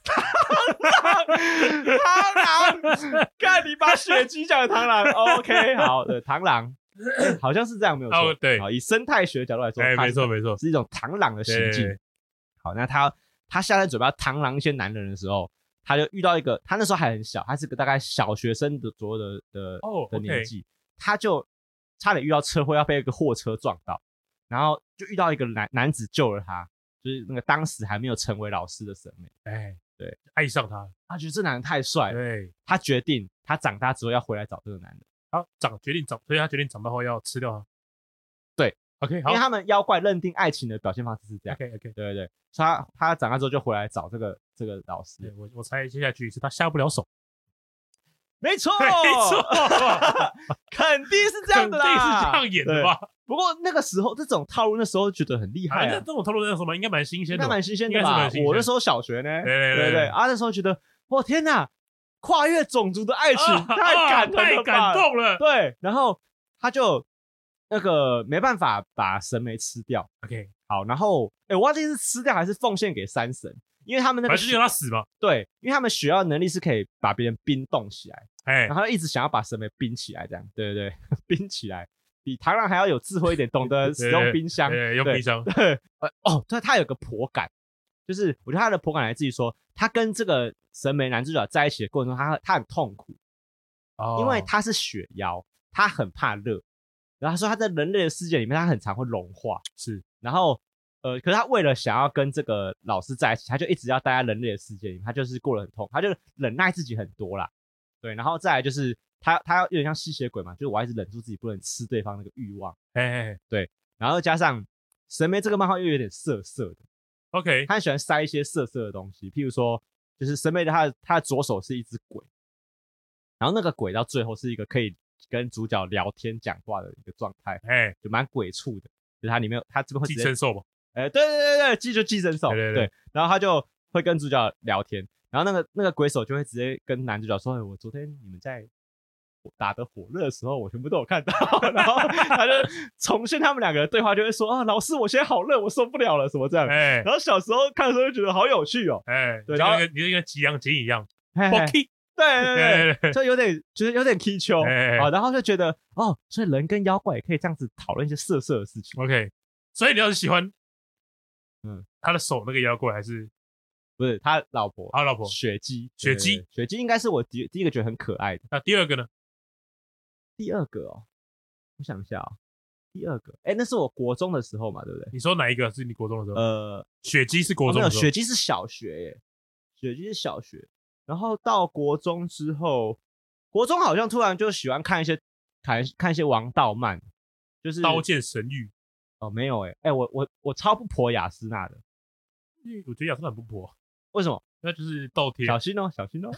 螳螂，看你把雪姬讲的螳螂 ，OK， 好的，螳螂。好像是这样，没有错。 对， 以生态学的角度来说， 没错， 是一种螳螂的行径。好，那他下在嘴巴螳螂一些男人的时候，他就遇到一个，他那时候还很小，他是个大概小学生的左右的年纪，他就差点遇到车祸，要被一个货车撞到，然后就遇到一个男子救了他，就是那个当时还没有成为老师的神妹。对， 爱上他， 他觉得这男人太帅了，他决定他长大之后要回来找这个男人。 所以他决定长大后要吃掉他。 对 ，OK， 好， 因为他们妖怪认定爱情的表现方式是这样。 OK， 对，所以他长大之后就回来找这个老师。 我猜接下去是他下不了手。 没错，肯定是这样的啦， 肯定是这样演的吧？ 不过那个时候这种套路，那时候觉得很厉害这种套路那时候应该蛮新鲜的， 应该蛮新鲜的吧？我那时候小学呢，对，那时候觉得，我天哪！跨越种族的爱情太感动了， 对，然后他就那个没办法把神眉吃掉。 OK， 好，然后我忘记是吃掉还是奉献给山神，因为他们那个就是让他死嘛。 对，因为他们血妖的能力是可以把别人冰冻起来， 然后他一直想要把神眉冰起来，这样，对，冰起来，比螳螂还要有智慧一点，懂得使用冰箱， 用冰箱。 对，对，他有个婆感。就是我觉得他的婆感来自于说，他跟这个神眉男主角在一起的过程中，他很痛苦，因为他是雪妖，他很怕热，然后他说他在人类的世界里面，他很常会融化， 是， 然后可是他为了想要跟这个老师在一起，他就一直要待在人类的世界里面，他就是过得很痛，他就忍耐自己很多啦，对，然后再来就是他有点像吸血鬼嘛，就是我一直忍住自己不能吃对方那个欲望，对，然后加上神眉这个漫画又有点色色的。 OK， 他很喜欢塞一些色色的东西，譬如说，就是神眉的他的左手是一只鬼，然后那个鬼到最后是一个可以跟主角聊天讲话的一个状态，就蛮鬼畜的，就是他里面他这边会寄生兽嘛， 对，寄生兽，对，然后他就会跟主角聊天，然后那个鬼手就会直接跟男主角说，我昨天你们在打得火热的时候，我全部都有看到，然后他就重现他们两个的对话，就会说老师，我现在好热，我受不了了，什么这样。然后小时候看的时候就觉得好有趣哦。 对，然后你就跟吉阳金一样， 对，就有点觉得有点踢球然后就觉得所以人跟妖怪也可以这样子讨论一些色色的事情。 OK， 所以你要是喜欢，他的手那个妖怪还是不是他老婆？ 他老婆雪姬应该是我第一个觉得很可爱的。 那第二个呢？ 第二个我想一下第二个，那是我国中的时候嘛，对不对？ 你说哪一个是你国中的时候？雪姬是国中的时候， 没有，雪姬是小学耶，然后到国中之后，国中好像突然就喜欢看一些王道漫，就是刀剑神域。 没有我超不婆雅斯娜的， 我觉得雅斯娜很不婆， 为什么？ 那就是倒贴， 小心哦。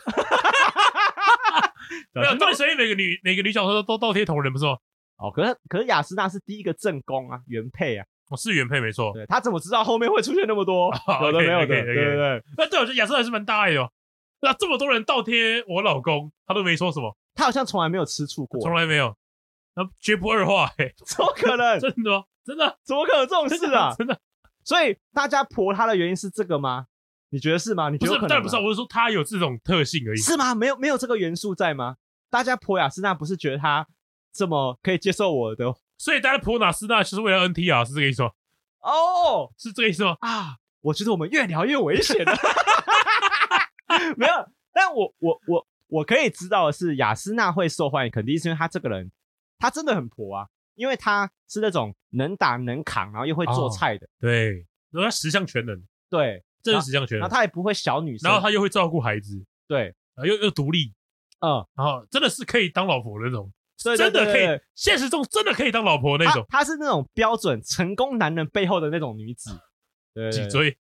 没有，刀剑神域每个女角色都倒贴同人，不是吗？ 可是雅斯娜是第一个正宫啊，原配啊。 是原配没错。 对，他怎么知道后面会出现那么多有的没有的？对。 那对我觉得雅斯娜还是蛮大爱的。那这么多人倒贴我老公，他都没说什么。 他好像从来没有吃醋过， 从来没有。那绝不二话怎么可能？ 真的吗？真的？ 怎么可能有这种事啊？ 真的。 所以大家婆他的原因是这个吗？你觉得是吗？你觉得有可能吗？ 当然不是，我是说他有这种特性而已。 是吗？没有这个元素在吗？大家婆雅斯娜不是觉得他这么可以接受我的， 所以大家婆雅斯娜就是为了 NT 啊，是这个意思吗？是这个意思吗？ 我觉得我们越聊越危险了。没有，但我可以知道的是，雅斯娜会受欢迎，肯定是因为他这个人，他真的很婆啊，因为他是那种能打能扛，然后又会做菜的。 对，然后他十项全能。对，这是十项全能。 然后他也不会小女生， 然后他又会照顾孩子。对，然后又独立。然后真的是可以当老婆的那种。真的可以，现实中真的可以当老婆那种。她是那种标准成功男人背后的那种女子。 脊椎。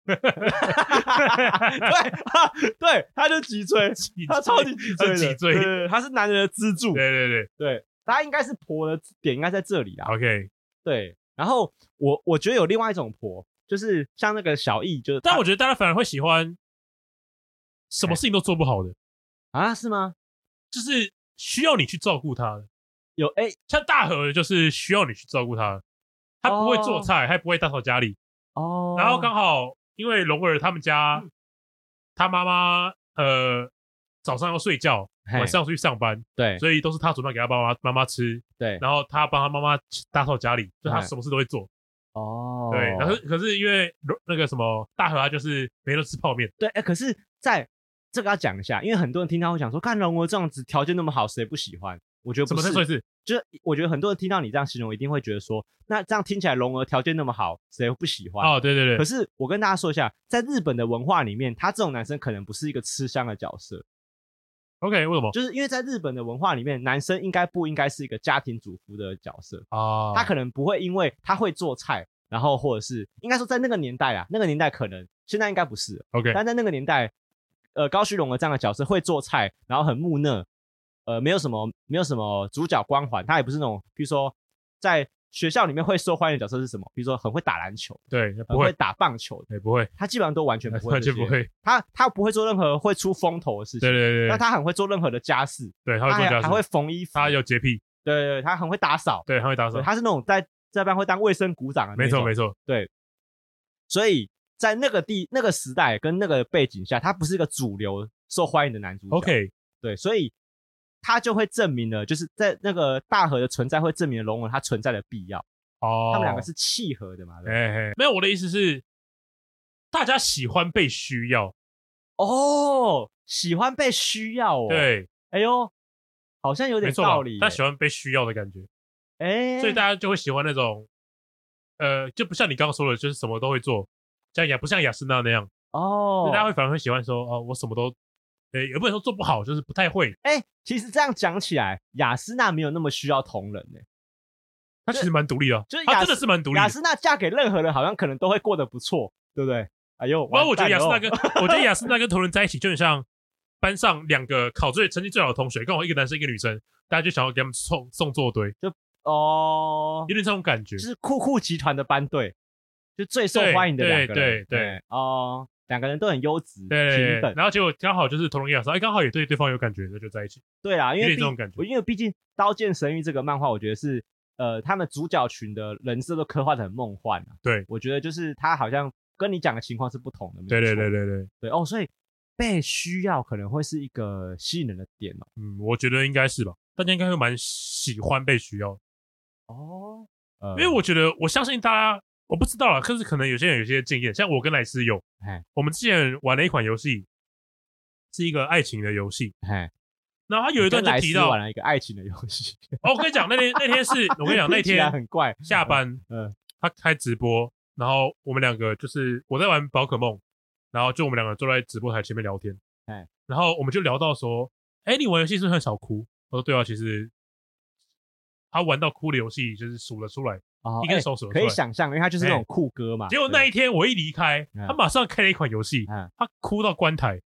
对，她就脊椎，她超级脊椎的。 脊椎， 对，她是男人的支柱。 对， 她应该是婆的点应该在这里啦。 OK， 对。然后我觉得有另外一种婆，就是像那个小易，就是， 但我觉得大家反而会喜欢什么事情都做不好的啊？是吗？ 就是需要你去照顾他的。 有像大河就是需要你去照顾他，他不会做菜，他也不会打扫家里。 哦。 然后刚好因为龙儿他们家，他妈妈早上要睡觉，晚上去上班， 对， 所以都是他煮饭给他妈妈吃， 对， 然后他帮他妈妈打扫家里，就他什么事都会做。 哦， 对，可是因为那个什么大河他就是每天都吃泡面。 对，可是在这个要讲一下，因为很多人听到会讲说，看龙儿这样子条件那么好，谁不喜欢？我觉得不是， 什么再说一次？ 就是我觉得很多人听到你这样形容，一定会觉得说，那这样听起来龙儿条件那么好，谁不喜欢？ 哦，对对对。 可是我跟大家说一下，在日本的文化里面，他这种男生可能不是一个吃香的角色。 OK， 为什么？ 就是因为在日本的文化里面，男生不应该是一个家庭主妇的角色啊，他可能不会因为他会做菜，然后或者是应该说在那个年代啊，那个年代可能现在应该不是 OK， 但在那个年代，高须龙儿这样的角色会做菜，然后很木讷，没有什么主角光环，他也不是那种，比如说在学校里面会受欢迎的角色是什么？比如说很会打篮球， 对，不会打棒球的， 不会， 他基本上都完全不会， 完全不会。 他不会做任何会出风头的事情， 对对对。 但他很会做任何的家事， 对，他会做家事， 还会缝衣服， 他有洁癖， 对，他很会打扫， 对，他会打扫， 他是那种在班会当卫生股长的那种， 没错， 对。所以在那个时代跟那个背景下，他不是一个主流受欢迎的男主角 ，OK， 对，所以他就会证明了，就是在那个大河的存在会证明了龙儿他存在的必要。哦，他们两个是契合的嘛？对， 没有，我的意思是，大家喜欢被需要。 哦，喜欢被需要哦。 对， 哎呦，好像有点道理。 他喜欢被需要的感觉。所以大家就会喜欢那种，就不像你刚刚说的，就是什么都会做，不像雅诗娜那样。哦，所以大家反而会喜欢说，哦，我什么都，也不能说做不好，就是不太会。 其实这样讲起来，雅诗娜没有那么需要同人呢。 他其实蛮独立的， 就是他真的是蛮独立的。 雅诗娜嫁给任何人，好像可能都会过得不错，对不对？哎呦， 我觉得雅诗娜跟同人在一起，就很像班上两个成绩最好的同学，刚好一个男生一个女生，大家就想要给他们送作堆，就有点这种感觉， 就是酷酷集团的班队，就最受欢迎的两个人，对，两个人都很优质，平等， 然后结果刚好就是同人雅诗，刚好也对对方有感觉，那就在一起。 对啦，因为这种感觉， 因为毕竟《刀剑神域》这个漫画，我觉得是他们主角群的人设都刻画的很梦幻啊。 对， 我觉得就是他好像跟你讲的情况是不同的。 对哦，所以被需要可能会是一个吸引人的点哦。 我觉得应该是吧，大家应该会蛮喜欢被需要。哦，因为我相信大家。我不知道啦，可是可能有些人有些经验，像我跟莱斯有，我们之前玩了一款游戏，是一个爱情的游戏，然后他有一段就提到玩了一个爱情的游戏。 我跟你讲，那天是我跟你讲那天很怪， 下班，他开直播，然后我们两个就是我在玩宝可梦，然后就我们两个坐在直播台前面聊天，然后我们就聊到说，你玩游戏是不是很少哭？我说对啊，其实他玩到哭的游戏就是数了出来。一根手指可以想象，因为他就是那种酷哥嘛。 结果那一天我一离开，他马上开了一款游戏，他哭到关台。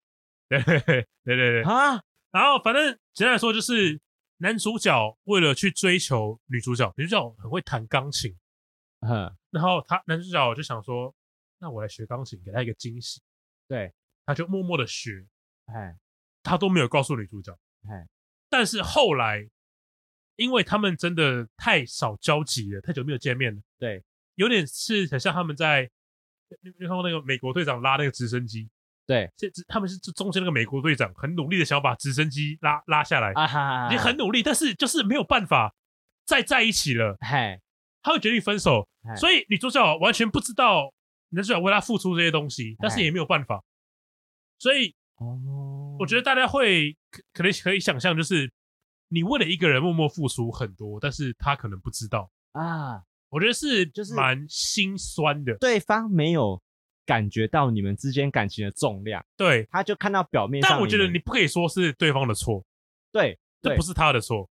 对啊！然后反正简单来说，就是男主角为了去追求女主角，女主角很会弹钢琴，然后男主角就想说，那我来学钢琴，给他一个惊喜。 对， 他就默默的学，他都没有告诉女主角。但是后来。因为他们真的太少交集了，太久没有见面了。 对， 有点是很像他们在，你看过那个美国队长拉那个直升机？ 对， 他们是中间那个美国队长很努力的想要把直升机拉下来，已经很努力，但是就是没有办法再在一起了。他会决定分手，所以女主角完全不知道男主角为她付出这些东西，但是也没有办法。所以，我觉得大家会可能可以想象，就是。你为了一个人默默付出很多，但是他可能不知道啊。我觉得就是蛮心酸的， 对方没有感觉到你们之间感情的重量， 对， 他就看到表面上。 但我觉得你不可以说是对方的错， 对， 这不是他的错，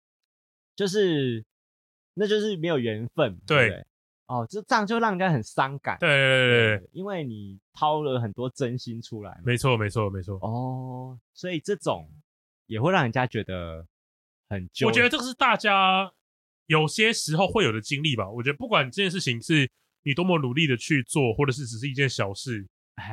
那就是没有缘分， 对。 哦，这样就让人家很伤感， 对， 因为你掏了很多真心出来， 没错。 哦，所以这种也会让人家觉得。 我觉得这个是大家有些时候会有的经历吧。我觉得不管这件事情是你多么努力的去做，或者是只是一件小事，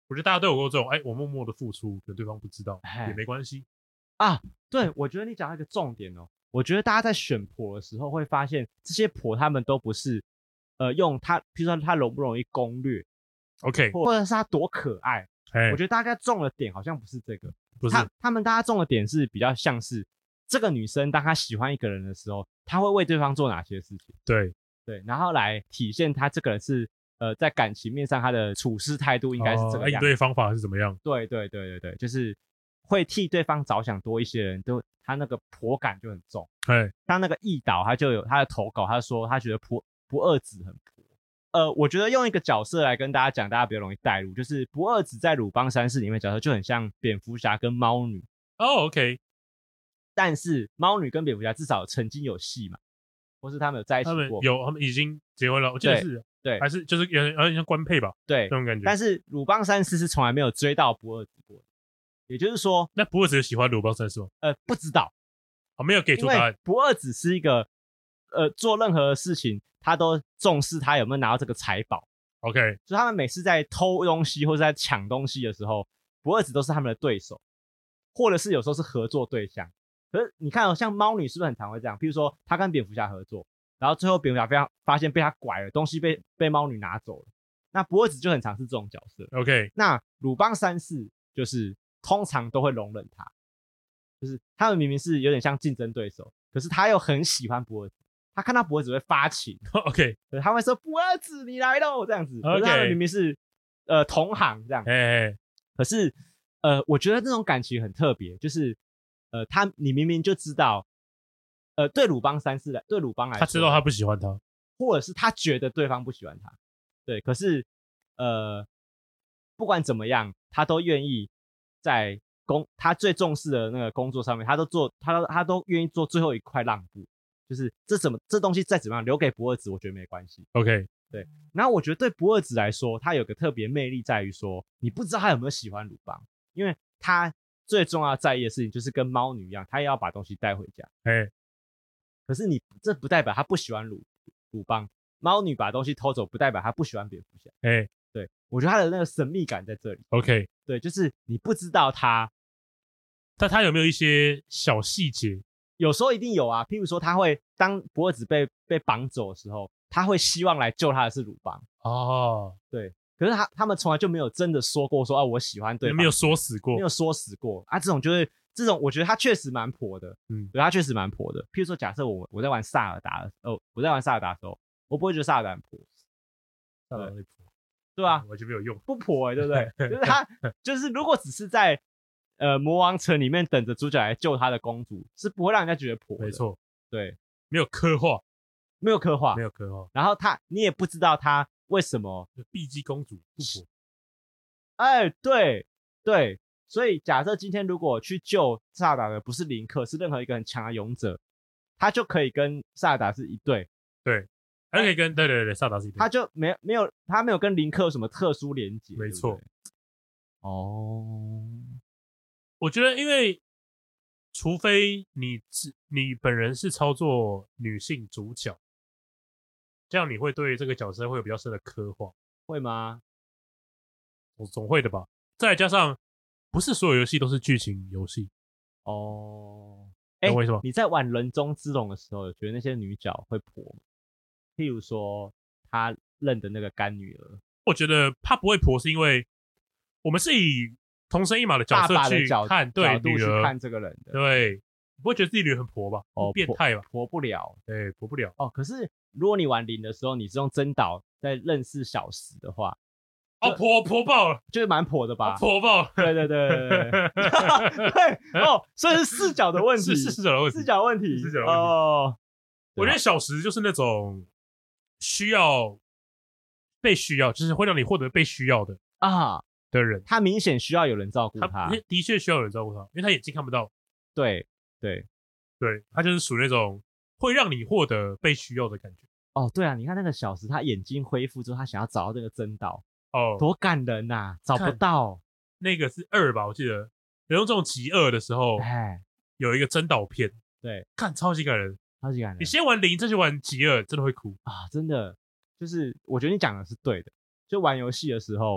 我觉得大家都有过这种，我默默的付出，可对方不知道也没关系啊。对，我觉得你讲到一个重点哦，我觉得大家在选婆的时候会发现，这些婆他们都不是用他，譬如说他容不容易攻略 ，OK， 或者是他多可爱。我觉得大家中的点好像不是这个， 不是他们大家中的点是比较像是这个女生当她喜欢一个人的时候，她会为对方做哪些事情？ 对， 然后来体现她这个人是在感情面上她的处事态度应该是这个样子， 应对方法是怎么样？ 对，就是会替对方着想多一些人，都他那个婆感就很重。像那个易导他就有他的投稿，他说他觉得不二子很婆。我觉得用一个角色来跟大家讲，大家比较容易带入，就是不二子在鲁邦三世里面角色就很像蝙蝠侠跟猫女。 OK。 但是猫女跟蝙蝠侠至少曾经有戏嘛，或是他们有在一起过。 他们已经结婚了，我记得是。对，还是就是有点像官配吧。 对， 这种感觉。 但是鲁邦三世是从来没有追到不二子过的，也就是说， 那不二子喜欢鲁邦三世吗？ 不知道。 没有给出答案。 不二子是一个做任何事情他都重视他有没有拿到这个财宝。 OK， 所以他们每次在偷东西或者在抢东西的时候，不二子都是他们的对手，或者是有时候是合作对象。可是你看像猫女是不是很常会这样？譬如说他跟蝙蝠侠合作，然后最后蝙蝠侠发现被他拐了，东西被猫女拿走了，那不二子就很常是这种角色。 OK， 那鲁邦三世就是通常都会容忍他，就是他们明明是有点像竞争对手，可是他又很喜欢不二子，他看到不二子会发情。 OK， 他会说不二子你来咯这样子。可是他们明明是同行这样。可是我觉得这种感情很特别，就是你明明就知道对鲁邦三世来说， 他知道他不喜欢他， 或者是他觉得对方不喜欢他，对，可是不管怎么样他都愿意在他最重视的那个工作上面，他都愿意做最后一块让步，就是这东西再怎么样留给不二子我觉得没关系。 OK， 对。然后我觉得对不二子来说，他有个特别魅力在于说，你不知道他有没有喜欢鲁邦，因为他最重要在意的事情就是跟猫女一样，他也要把东西带回家。可是这不代表他不喜欢鲁邦，猫女把东西偷走不代表他不喜欢蝙蝠侠。对，我觉得他的那个神秘感在这里。 OK， 对，就是你不知道他有没有一些小细节， 有时候一定有啊。譬如说他会当不二子被绑走的时候，他会希望来救他的是鲁邦。对，可是他们从来就没有真的说过说我喜欢对方， 没有说死过啊。这种我觉得他确实蛮婆的。对，他确实蛮婆的。譬如说假设我在玩萨尔达的时候，我不会觉得萨尔达很婆。 萨尔达会婆， 对啊， 完全没有用， 不婆对不对？就是他就是如果只是在魔王城里面等着主角来救他的公主，是不会让人家觉得婆的。 没错， 对， 没有刻画。 然后你也不知道他为什么碧姬公主不婆。 对，所以假设今天如果去救萨尔达的不是林克，是任何一个很强的勇者，他就可以跟萨尔达是一对。 对，他可以跟对萨尔达是一对， 他就没有跟林克有什么特殊连结。 没错。 我觉得因为除非你本人是操作女性主角，这样你会对这个角色会有比较深的刻画。 会吗？ 总会的吧。再来加上不是所有游戏都是剧情游戏。 为什么？你在玩人中之龙的时候，有觉得那些女角会婆吗？譬如说他认的那个干女儿， 我觉得他不会婆，是因为我们是以同生一马的角色去看，对女儿去看这个人的。 对，不会觉得自己女儿很婆吧？变态吧？ 婆不了。 对，婆不了。 可是如果你玩零的时候，你是用真岛在认识小石的话， 婆爆了， 就是蛮婆的吧？ 婆爆， 对，对所以是视角的问题， 是视角问题。我觉得小石就是那种被需要，就是会让你获得被需要的人。 他明显需要有人照顾他， 的确需要有人照顾他，因为他眼睛看不到。 对， 他就是属于那种会让你获得被需要的感觉。 对啊，你看那个小石，他眼睛恢复之后，他想要找到这个真岛。多感人呐！找不到， 那个是2吧，我记得有用这种极恶的时候，有一个真岛片， 对， 看超级感人， 超级感人。 你先玩0，再去玩极恶，真的会哭真的。就是我觉得你讲的是对的，就玩游戏的时候，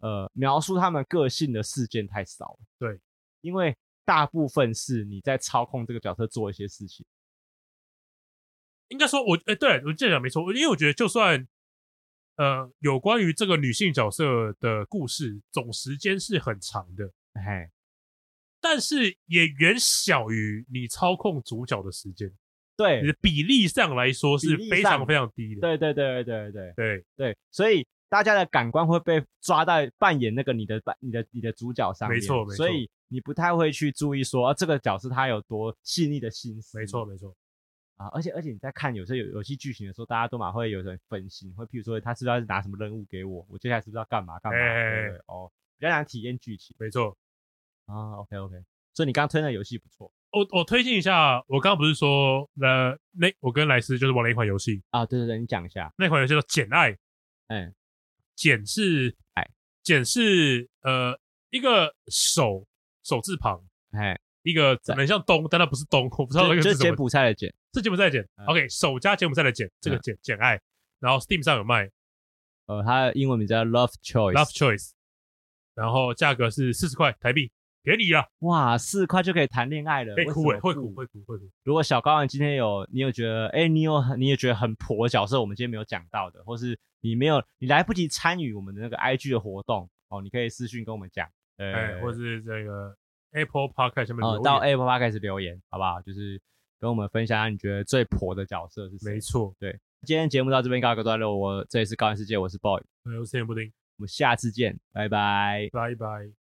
描述他们个性的事件太少了。 对， 因为大部分是你在操控这个角色做一些事情。 应该说对，我这样讲没错，因为我觉得就算有关于这个女性角色的故事总时间是很长的，但是也远小于你操控主角的时间。 对， 你的比例上来说是非常非常低的。 对，所以大家的感官会被抓在扮演那个你的主角上面， 没错， 所以你不太会去注意说，这个角色他有多细腻的心思。 没错啊，而且你在看有些游戏剧情的时候，大家都蛮会有人分心，会譬如说他是不是要拿什么任务给我，我接下来是不是要干嘛，对，比较难体验剧情。 没错啊 ，OK， 所以你刚刚推那游戏不错。 我推荐一下，我刚刚不是说我跟莱斯就是玩了一款游戏啊，对，你讲一下。 那款游戏叫《简爱》。简是爱， 简是一个手字旁，一个很像东，但它不是东，我不知道那个是什么。 就是柬埔寨的柬， 是柬埔寨的柬。OK， 手加柬埔寨的柬，这个简爱，然后 Steam 上有卖。 它的英文名叫 Love Choice， 然后价格是40块台币。便宜啊！ 哇，4块就可以谈恋爱了， 会哭。 如果小高人今天你有觉得，你也觉得很婆的角色，我们今天没有讲到的，或是你来不及参与我们的那个 IG 的活动你可以私讯跟我们讲， 或是这个 Apple Podcast 下面留言， 到 Apple Podcast 留言，好不好？就是跟我们分享下你觉得最婆的角色是谁？ 没错， 对，今天节目到这边告一个段落，这里是高玩世界，我是 Boy， 我是天布丁， 我们下次见，拜拜， 拜拜。